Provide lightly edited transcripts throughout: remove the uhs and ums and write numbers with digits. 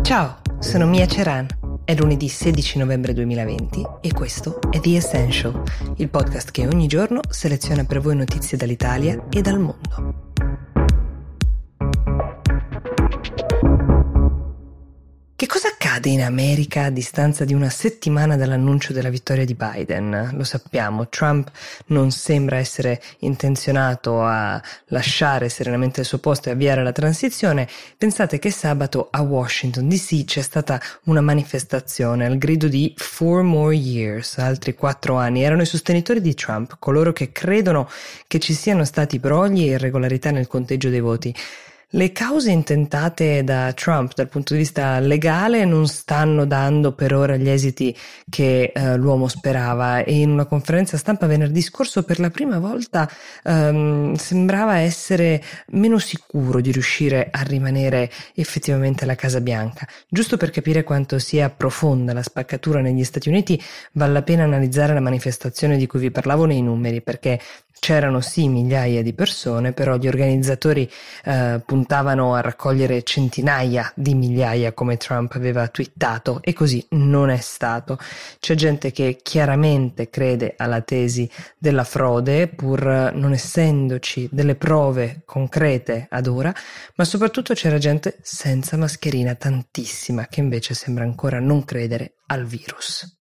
Ciao, sono Mia Ceran. È lunedì 16 novembre 2020 e questo è The Essential, il podcast che ogni giorno seleziona per voi notizie dall'Italia e dal mondo. Che cosa accade in America a distanza di una settimana dall'annuncio della vittoria di Biden? Lo sappiamo, Trump non sembra essere intenzionato a lasciare serenamente il suo posto e avviare la transizione. Pensate che sabato a Washington DC c'è stata una manifestazione al grido di 4 more years, altri 4 anni. Erano i sostenitori di Trump, coloro che credono che ci siano stati brogli e irregolarità nel conteggio dei voti. Le cause intentate da Trump dal punto di vista legale non stanno dando per ora gli esiti che l'uomo sperava, e in una conferenza stampa venerdì scorso per la prima volta sembrava essere meno sicuro di riuscire a rimanere effettivamente alla Casa Bianca. Giusto per capire quanto sia profonda la spaccatura negli Stati Uniti, vale la pena analizzare la manifestazione di cui vi parlavo nei numeri, perché c'erano sì migliaia di persone, però gli organizzatori puntavano a raccogliere centinaia di migliaia come Trump aveva twittato, e così non è stato. C'è gente che chiaramente crede alla tesi della frode, pur non essendoci delle prove concrete ad ora, ma soprattutto c'era gente senza mascherina, tantissima, che invece sembra ancora non credere al virus.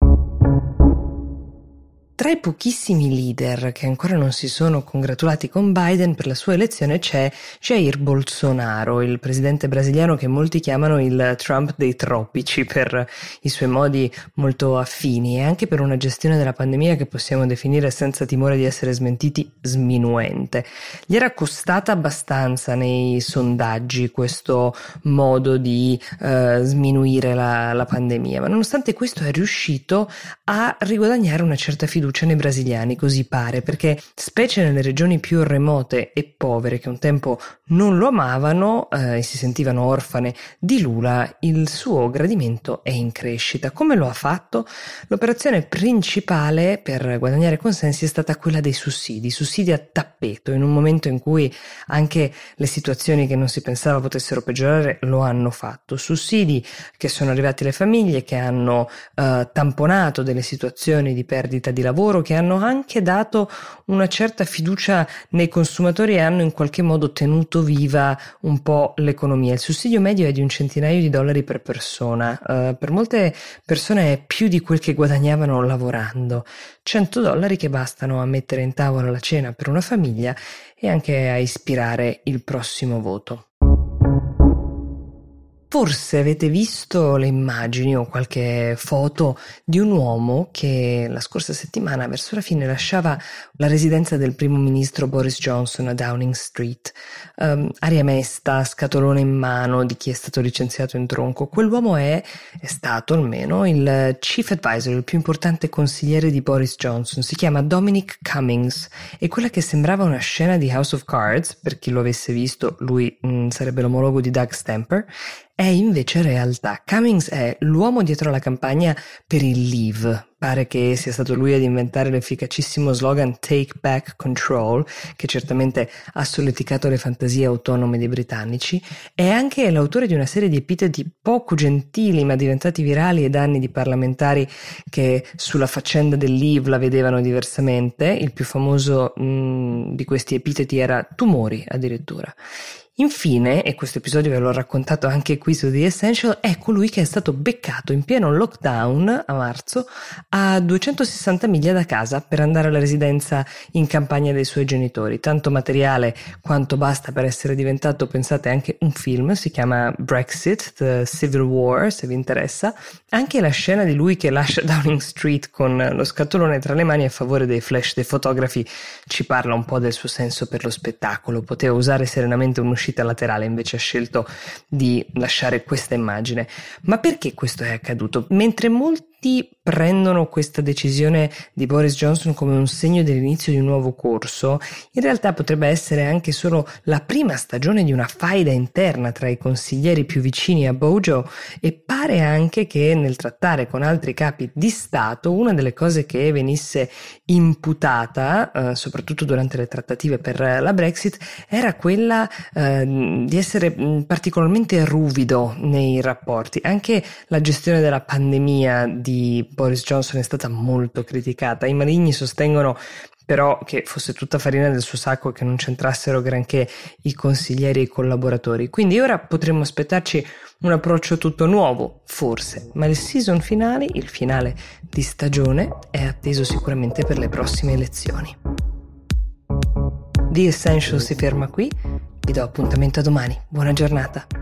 Tra i pochissimi leader che ancora non si sono congratulati con Biden per la sua elezione c'è Jair Bolsonaro, il presidente brasiliano che molti chiamano il Trump dei tropici per i suoi modi molto affini e anche per una gestione della pandemia che possiamo definire, senza timore di essere smentiti, sminuente. Gli era costata abbastanza nei sondaggi questo modo di sminuire la pandemia, ma nonostante questo è riuscito a riguadagnare una certa fiducia nei brasiliani, così pare, perché specie nelle regioni più remote e povere che un tempo non lo amavano e si sentivano orfane di Lula, il suo gradimento è in crescita. Come lo ha fatto? L'operazione principale per guadagnare consensi è stata quella dei sussidi a tappeto, in un momento in cui anche le situazioni che non si pensava potessero peggiorare lo hanno fatto. Sussidi che sono arrivati alle famiglie, che hanno tamponato delle situazioni di perdita di lavoro, che hanno anche dato una certa fiducia nei consumatori e hanno in qualche modo tenuto viva un po' l'economia. Il sussidio medio è di $100 per persona, per molte persone è più di quel che guadagnavano lavorando. $100 che bastano a mettere in tavola la cena per una famiglia e anche a ispirare il prossimo voto. Forse avete visto le immagini o qualche foto di un uomo che la scorsa settimana verso la fine lasciava la residenza del primo ministro Boris Johnson a Downing Street. Aria mesta, scatolone in mano di chi è stato licenziato in tronco. Quell'uomo è stato almeno il chief advisor, il più importante consigliere di Boris Johnson. Si chiama Dominic Cummings e quella che sembrava una scena di House of Cards, per chi lo avesse visto, lui sarebbe l'omologo di Doug Stamper, è invece realtà. Cummings è l'uomo dietro la campagna per il Leave. Pare che sia stato lui ad inventare l'efficacissimo slogan Take Back Control, che certamente ha solleticato le fantasie autonome dei britannici. È anche l'autore di una serie di epiteti poco gentili ma diventati virali ai danni di parlamentari che sulla faccenda del Leave la vedevano diversamente. Il più famoso di questi epiteti era tumori, addirittura. Infine, e questo episodio ve l'ho raccontato anche qui su The Essential, è colui che è stato beccato in pieno lockdown a marzo a 260 miglia da casa per andare alla residenza in campagna dei suoi genitori. Tanto materiale quanto basta per essere diventato, pensate, anche un film. Si chiama Brexit, The Civil War, se vi interessa. Anche la scena di lui che lascia Downing Street con lo scatolone tra le mani a favore dei flash dei fotografi ci parla un po' del suo senso per lo spettacolo. Poteva usare serenamente un'uscita laterale, invece ha scelto di lasciare questa immagine. Ma perché questo è accaduto? Mentre molti molti prendono questa decisione di Boris Johnson come un segno dell'inizio di un nuovo corso, in realtà potrebbe essere anche solo la prima stagione di una faida interna tra i consiglieri più vicini a Bojo, e pare anche che nel trattare con altri capi di Stato una delle cose che venisse imputata, soprattutto durante le trattative per la Brexit, era quella di essere particolarmente ruvido nei rapporti. Anche la gestione della pandemia di Boris Johnson è stata molto criticata. I maligni sostengono però che fosse tutta farina del suo sacco e che non c'entrassero granché i consiglieri e i collaboratori. Quindi ora potremmo aspettarci un approccio tutto nuovo, forse, ma il season finale, il finale di stagione, è atteso sicuramente per le prossime elezioni. The Essential si ferma qui, vi do appuntamento a domani. Buona giornata.